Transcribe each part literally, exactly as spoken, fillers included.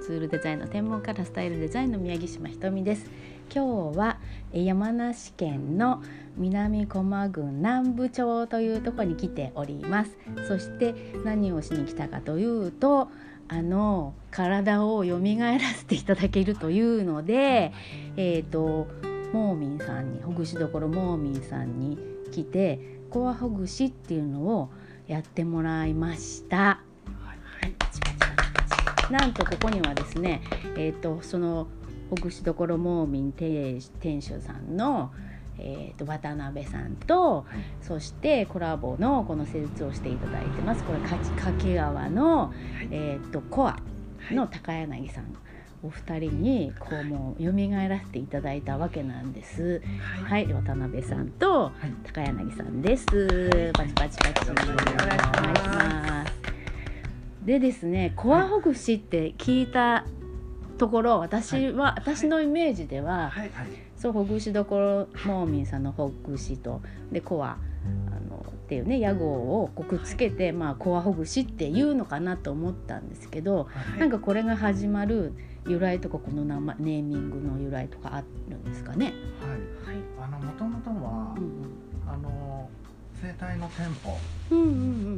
ツールデザインの天文からスタイルデザインの宮城島ひとみです。今日は山梨県の南高麗郡南部町というところに来ております。そして何をしに来たかというと、あの体を蘇らせていただけるというので、えーとモーミンさんにほぐしどころモーミンさんに来てコアほぐしっていうのをやってもらいました。はい、なんとここにはですね、えーとそのほぐしどころモーミン店主さんの、えー、と渡辺さんと、はい、そしてコラボのこの施術をしていただいてます。これ掛川の、はい、えー、とコアの高柳さん、はい、お二人にこうもう蘇らせていただいたわけなんです。はい、はい、渡辺さんと高柳さんです。パチパチパチお願いします。でですね、コアほぐしって聞いたところ、私は、はい、私のイメージでは、はい、そうほぐしどころモーミンさんのほぐしとでコアあのっていうね屋号をこうくっつけて、はい、まあコアほぐしっていうのかなと思ったんですけど、はい、なんかこれが始まる由来とかこの名前ネーミングの由来とかあるんですかね。 はい、はい、あの元々は、うんうん、あの生態の店舗、 うんうんうん、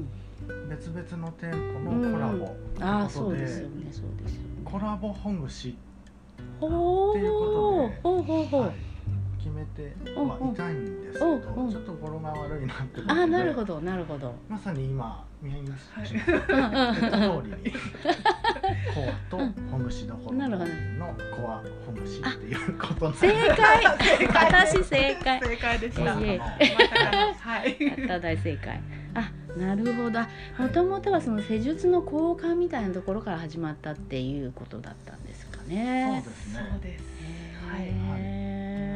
別 々の店舗のコラボということで、 ああそうですよね、そうですよね。 コラボほぐしっていうことで、ほうほうほう、 はい、決めてはいたいんですけど、ちょっと語呂が悪いなってことで、 あ、なるほどなるほど、 まさに今宮城市の言った通りにコアとほぐしどころのコアほぐしっていうことなんです。 正解私正解正解でした。はい、 やった大正解。あ、なるほど。もともとはその施術の交換みたいなところから始まったっていうことだったんですかね。 そうですね。 そうです。はい。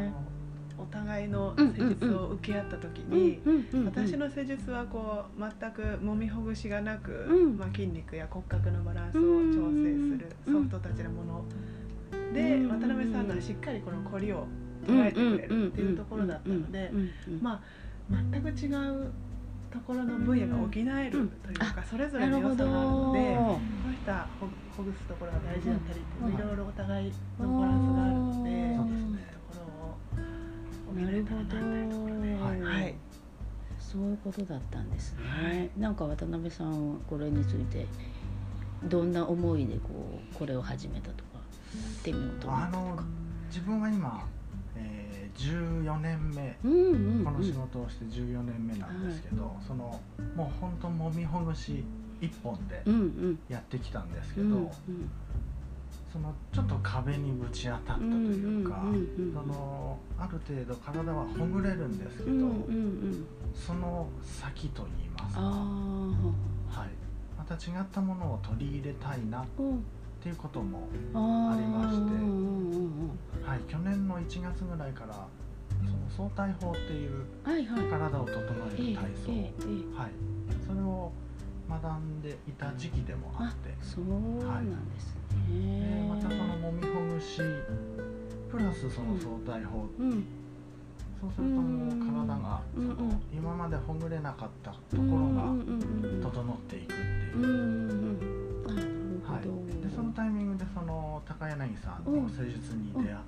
お互いの施術を受け合った時に、私の施術はこう全く揉みほぐしがなく、まあ、筋肉や骨格のバランスを調整するソフトタッチなもので、渡辺さんがしっかりこのコリを捉えてくれるっていうところだったので、まあ全く違うところの分野が補えるというか、それぞれの良さがあるので、こういったほぐすところが大事だったりっていろいろお互いのバランスがあるので、そうですね、ところをなるほど、 はい、 そういうことだったんですね。なんか渡辺さんはこれについてどんな思いでこうこれを始めたとかやってみようと思ったとか。あの自分は今、えー、じゅうよねんめ、 うんうんうん、この仕事をしてじゅうよねんめなんですけど、はい、そのもう本当もみほぐし一本でやってきたんですけど、うんうん、そのちょっと壁にぶち当たったというか、そのある程度体はほぐれるんですけど、うんうんうん、その先といいますか、はい、また違ったものを取り入れたいなっていうこともありまして、はい、去年のいちがつぐらいからその相対法っていう体を整える体操、はい、それを学んでいた時期でもあって、 そうなんですね。 でまたそのもみほぐしプラスその相対法、うん、そうするともう体がその今までほぐれなかったところが整っていくっていう、はい、でそのタイミングでその高柳さんの施術に出会って、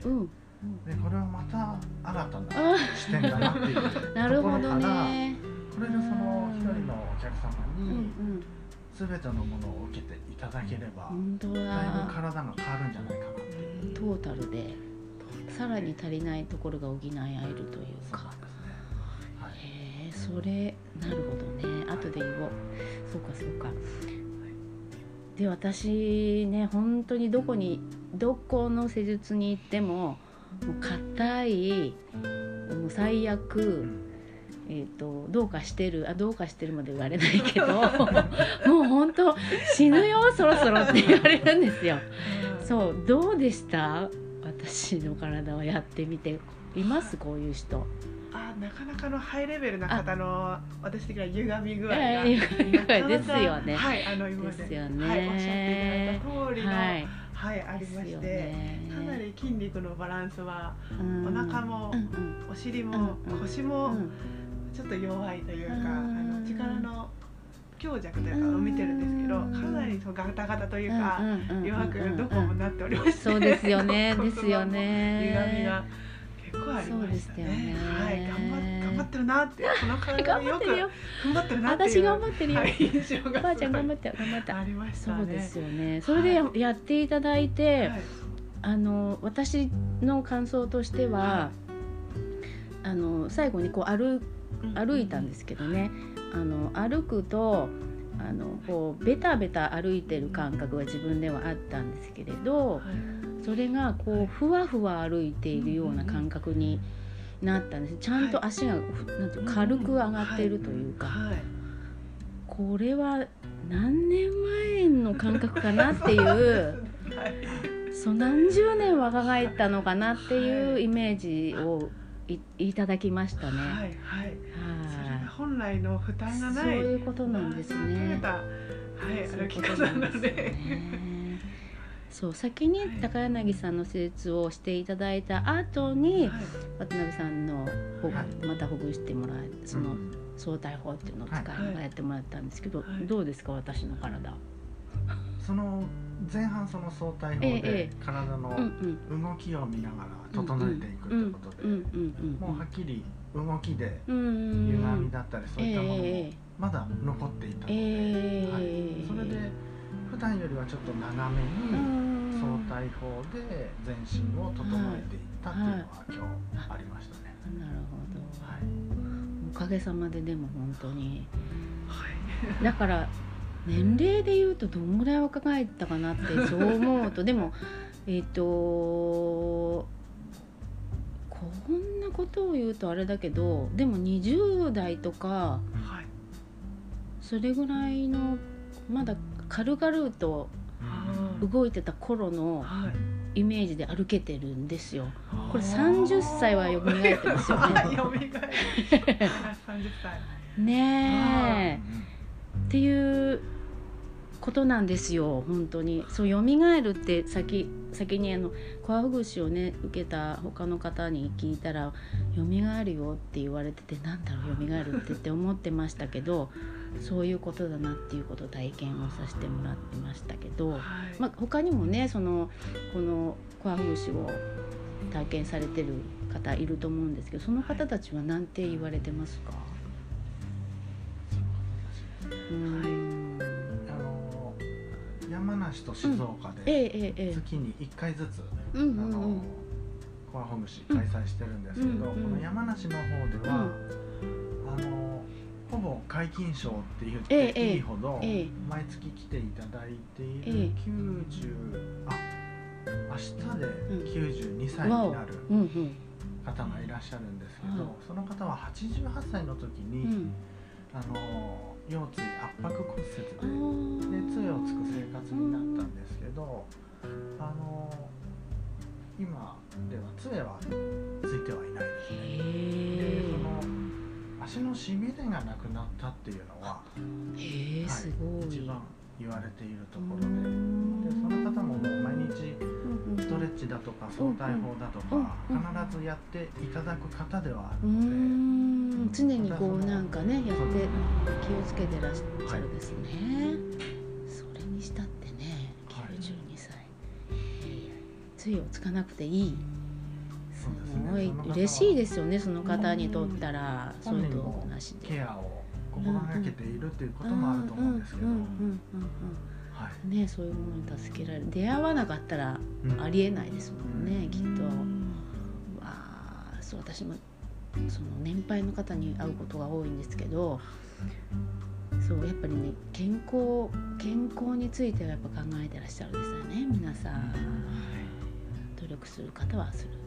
うんうん、でこれはまた新たな視点だなっていうところから、ね、これでその一人のお客様に全てのものを受けていただければ、だいぶ体が変わるんじゃないかなっていう、 トータルでさらに足りないところが補い合えるというか、そうですね、はい、へえ、それなるほどね、後で言おう、はい、そうかそうか。で私ね、本当にどこにどこの施術に行ってももう硬い、もう最悪、うんえー、とどうかしてるあどうかしてるまで言われないけどもう本当死ぬよそろそろって言われるんですよ。そう、どうでした？私の体をやってみて。いますこういう人？ あ、なかなかのハイレベルな方の私的な歪み具合が、 えー、歪み具合ですよね。 はい、あの今までですよね、 はい、おっしゃっていただいた通りの、はいはい、ありまして、 ね、 かなり筋肉のバランスは、うん、お腹も、うんうん、お尻も、うん、腰も、うん、ちょっと弱いというか、うん、あの力の強弱というかを見てるんですけど、かなりそうガタガタというか、弱くどこもなっておりまして、 そうですよねですよね、 歪みが結構ありましたね。 ねはい、頑張頑張ってるなって、この体でよく頑張ってるなっていう、 私頑張ってるよ、 はい、印象がおばあちゃん頑張って頑張ったありましたね。 そうですよね。それで や,、やっていただいて、はい、あの私の感想としては、はい、あの最後にこう 歩, 歩いたんですけどね、あの歩くとあのこうベタベタ歩いてる感覚が自分ではあったんですけれど、はい、それがこうふわふわ歩いているような感覚になったんです。ちゃんと足が、はい、なんていう軽く上がっているというか、はい、これは何年前の感覚かなっていう、そう何十年若返ったのかなっていうイメージを い, いただきましたね。はいはい、 それが本来の負担がない、 そういうことなんですね。 はい、歩き方なので、 そう先に高柳さんの施術をしていただいた後に、はい、渡辺さんの、はい、またほぐしてもらえその相対法っていうのを使いながらやってもらったんですけど、はい、どうですか私の体。 その前半その相対法で体の動きを見ながら整えていくということで、もうはっきり動きで歪みだったりそういったものもまだ残っていたので、はい、それで普段よりはちょっと長めに相対法で全身を整えていったっていうのは今日ありましたね。 なるほど、はい、おかげさまででも本当に、はい、だから年齢でいうとどんぐらい若返ったかなってそう思うとでもえっとこんなことを言うとあれだけどでもにじゅう代とか、はい、それぐらいのまだ軽々と動いてた頃のイメージで歩けてるんですよ。これさんじゅっさいはよみがえってますよね。 よみがえるさんじゅっさいねえっていうことなんですよ。本当にそう蘇るって先先にあのコアほぐしをね受けた他の方に聞いたら蘇るよって言われててなんだろう蘇るってって思ってましたけどそういうことだなっていうことを体験をさせてもらってましたけど、はいまあ、他にもねそのこのコアほぐしを体験されてる方いると思うんですけどその方たちは何て言われてますか？ うんあの山梨と静岡で月にいっかいずつ、うん、あのコアほぐし開催してるんですけど、うんうんうん、この山梨の方では、うん、あのほぼ皆勤賞って言っていいほど毎月来ていただいているきゅうじゅうあ明日できゅうじゅうにさいになる方がいらっしゃるんですけど、その方ははちじゅうはっさいの時に、うん、あの腰椎圧迫骨折でで杖をつく生活になったんですけど、あの今では杖はついてはいないですね。でその足のしびれがなくなったっていうのは、 へー、すごい、 一番言われているところ で, でその方ももう毎日ストレッチだとか相対法だとか必ずやっていただく方ではあるので、 うん常にこうなんかねやって気をつけてらっしゃるですね、はい、それにしたってねきゅうじゅうにさい、はい、杖をつかなくていいすごい嬉しいですよねその方にとったらそういう道具なしでケアを心がけているっていうこともあると思うんですけどねそういうものに助けられる出会わなかったらありえないですもんね、うん、きっとわそう私もその年配の方に会うことが多いんですけどそうやっぱりね健康健康についてはやっぱ考えてらっしゃるんですよね皆さん努力する方はする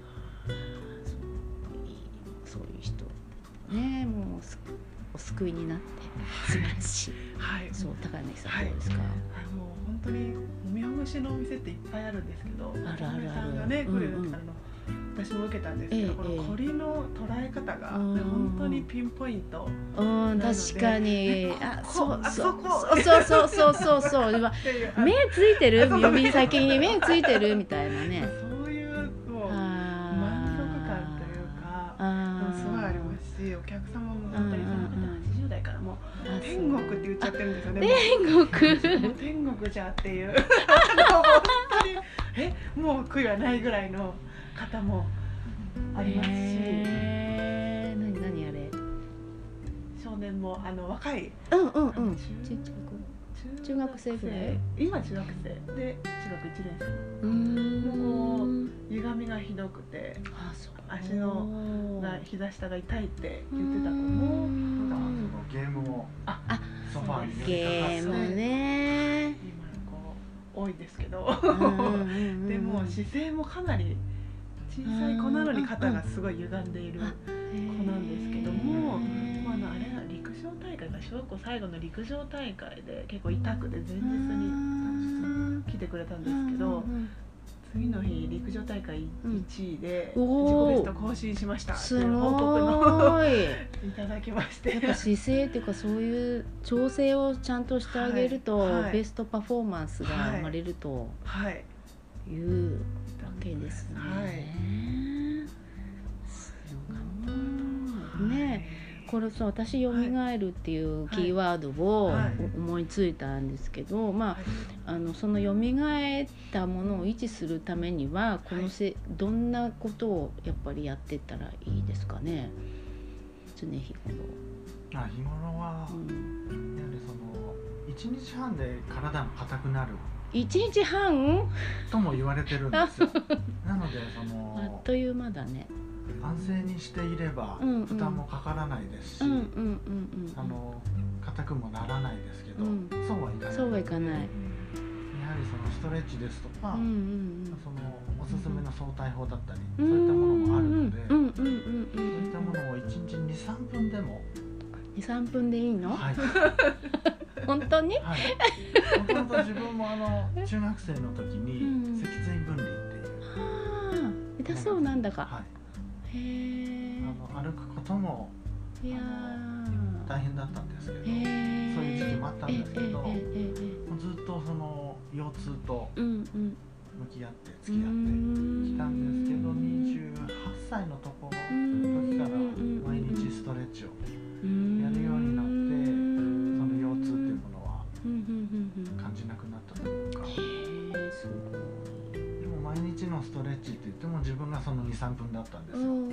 そう、そういう人ねもうお救いになって素晴らしい、はい、そう高柳さん、はい、どうですか？もう本当にもみほぐしのお店っていっぱいあるんですけどあるあるあるさんがね来るようになるの、うんうん、私も受けたんですけど、ええ、このコリの捉え方が、ね、本当にピンポイントなので確かにあそうそうそうそうそうそうそう目ついてる指先に目ついてるみたいなねそういうもう満足感というかすごいありますしお客様も本当にはちじゅう代いからもう天国って言っちゃってるんですよね。 天国もう天国じゃっていう本当にえもう悔いはないぐらいの方もありますし、 えー、何何あれ少年もあの若い、 うんうんうん、 中中学生ぐらい、 今中学生で中学いちねん生、 うーんもう歪みがひどくて、 あそう足のが膝下が痛いって言ってた子も普段そのゲームをあソファーに寄ゲりかかってームね今こう多いですけどうんうんうんうん、 でも姿勢もかなり小さい子なのに肩がすごい歪んでいる子なんですけども、まあ、あのあれは陸上大会が小学校最後の陸上大会で結構痛くて前日に来てくれたんですけど、次の日陸上大会いちいで自己ベスト更新しましたっていう報告のいただきまして、 やっぱ姿勢っていうかそういう調整をちゃんとしてあげると、はいはい、ベストパフォーマンスが生まれるというわけですね。 はいはいねえ、これさ私よみがえるっていうキーワードを思いついたんですけど、まああのそのよみがえったものを維持するためにはこのせどんなことをやっぱりやってったらいいですかね。常日頃。 あ日頃は、うん、やはりそのいちにちはんで体が硬くなる。 いちにちはんとも言われてるんですよ。なのでそのあっという間だね。 安静にしていれば負担もかからないですし、あの硬くもならないですけど、うん、そうはいかない。 そうはいかない。やはりそのストレッチですとか、うんうんうん、そのおすすめの相対法だったり、うん、そういったものもあるので、そういったものをいちにちに、さんぷんでもに、さんぷんでいいの？ はい。 本当に？ はい。もともと自分もあの中学生の時に脊椎分離っていう。 ああ、痛そうなんだか。 はい。 へえ。 あの歩くこともいや大変だったんですけど、そういう時期もあったんですけど、もうずっとその腰痛と向き合って付き合ってきたんですけど、にじゅうはっさいのところ時から毎日ストレッチをやるようになって、その腰痛っていうものは感じなくなったというか。 すごい。 毎日のストレッチって言っても自分がそのに、さんぷんだったんですよ。はい、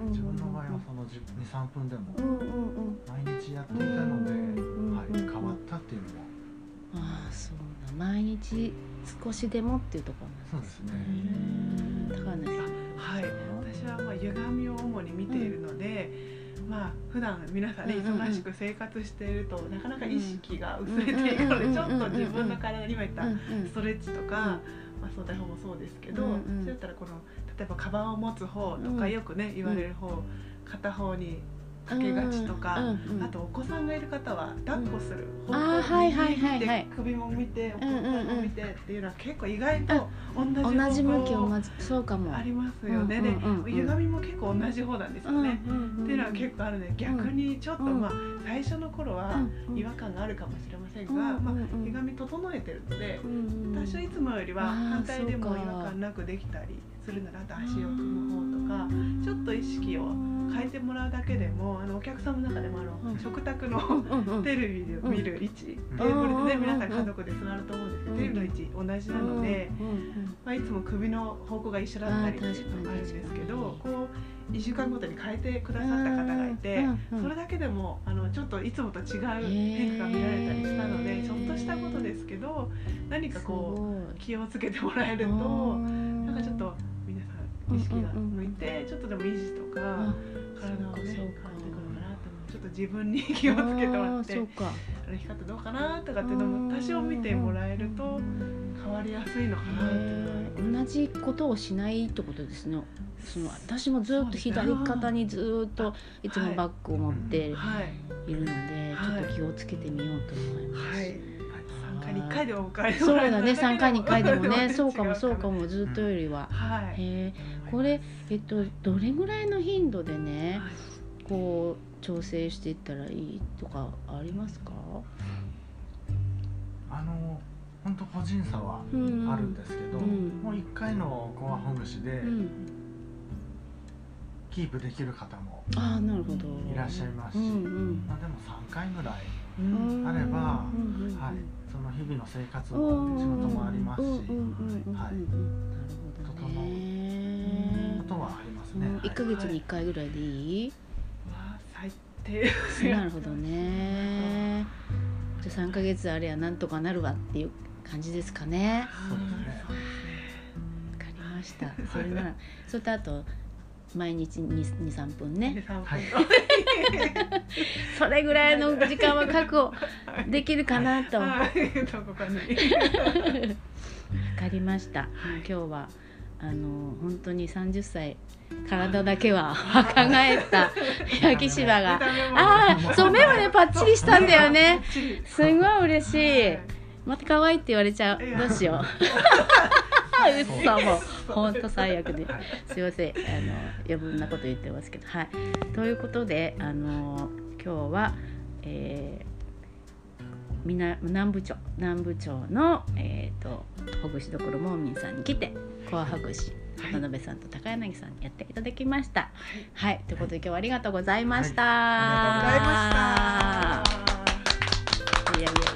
自分の場合はそのに、さんぷんでも毎日やっていたので、はい、変わったっていうのも。 ああ、そうだ。毎日少しでもっていうところなんですね。そうですね。高梨さん。 はい。私はまあ歪みを主に見ているので、うん、まあ普段皆さんね忙しく生活しているとなかなか意識が薄れていくので、ちょっと自分の体に今言ったストレッチとか。まあ、相対法もそうですけど、うんうん、そうやったらこの例えばカバンを持つ方とかよくね、うん、言われる方、うん、片方にかけがちとか、うんうんうん、あとお子さんがいる方は抱っこする方向に見て首も見てお子さんも見てっていうのは結構意外と同じ方向同じ向きをそうかもありますよね。で、歪みも結構同じ方なんですよね、うんうんうん、っていうのは結構あるので、逆にちょっとまあ最初の頃は違和感があるかもしれませんが、まあ、歪み整えてるので多少いつもよりは反対でも違和感なくできたりするなら、あと足を組む方とかちょっと意識を変えてもらうだけでも、あのお客さんの中でもあの、うん、食卓のテレビで見る位置、うん、テーブルでね皆さん家族で座ると思うんですけど、うん、テレビの位置同じなので、まあ、いつも首の方向が一緒だったりっていうのがあるんですけど、こういっしゅうかんごとに変えてくださった方がいて、それだけでもあのちょっといつもと違う変化が見られたりしたので、ちょっとしたことですけど何かこう気をつけてもらえると、なんかちょっと皆さん意識が向いてちょっとでも維持とか体をね変わってくるのかなって、ちょっと自分に気をつけてもらって歩き方どうかなとかっていうのも多少見てもらえると変わりやすいのかなっていうのは。 同じことをしないってことですね。その私もずっと左肩にずっといつもバッグを持っているので、ちょっと気をつけてみようと思います。 はい、さんかいにいっかいでもお帰りそうだね、さんかいにいっかいでもねそうかもそうかも、ずっとよりは、 はい、 へこれ、えっと、どれぐらいの頻度でね、はい、こう調整していったらいいとかありますか？ あの本当個人差はあるんですけど、うん、もういっかいのコアほぐしで、うん、 キープできる方もあなるほどいらっしゃいますし、 うんうんまあ、でもさんかいぐらいうんあれば、 うんうんはい、その日々の生活も仕事もありますし、はい、整うことはありますね。 いっかげつにいっかいぐらいでいい？ まあ最低。 なるほどね。じゃあさんかげつあれやなんとかなるわっていう感じですかね。 そうですね。 わかりました。それならそれとあと毎日 にさんぷんね。 はい、 それぐらいの時間は確保できるかなと。わ、はい、かりました。はい、今日はあの本当にさんじゅっさい体だけは若返った焼島がああそう目もねパッチリしたんだよね。すごい嬉しい。また可愛いって言われちゃう。どうしよう。うっそも本当最悪で、すいませんあの余分なこと言ってますけど、はい。ということであの今日は、えー、南南部町南部町の、えー、とほぐしどころもんみんさんに来てコアほぐし渡辺さんと高柳さんにやっていただきました。はい、はい、ということで今日はありがとうございました。 はい、ありがとうございました。 いやいや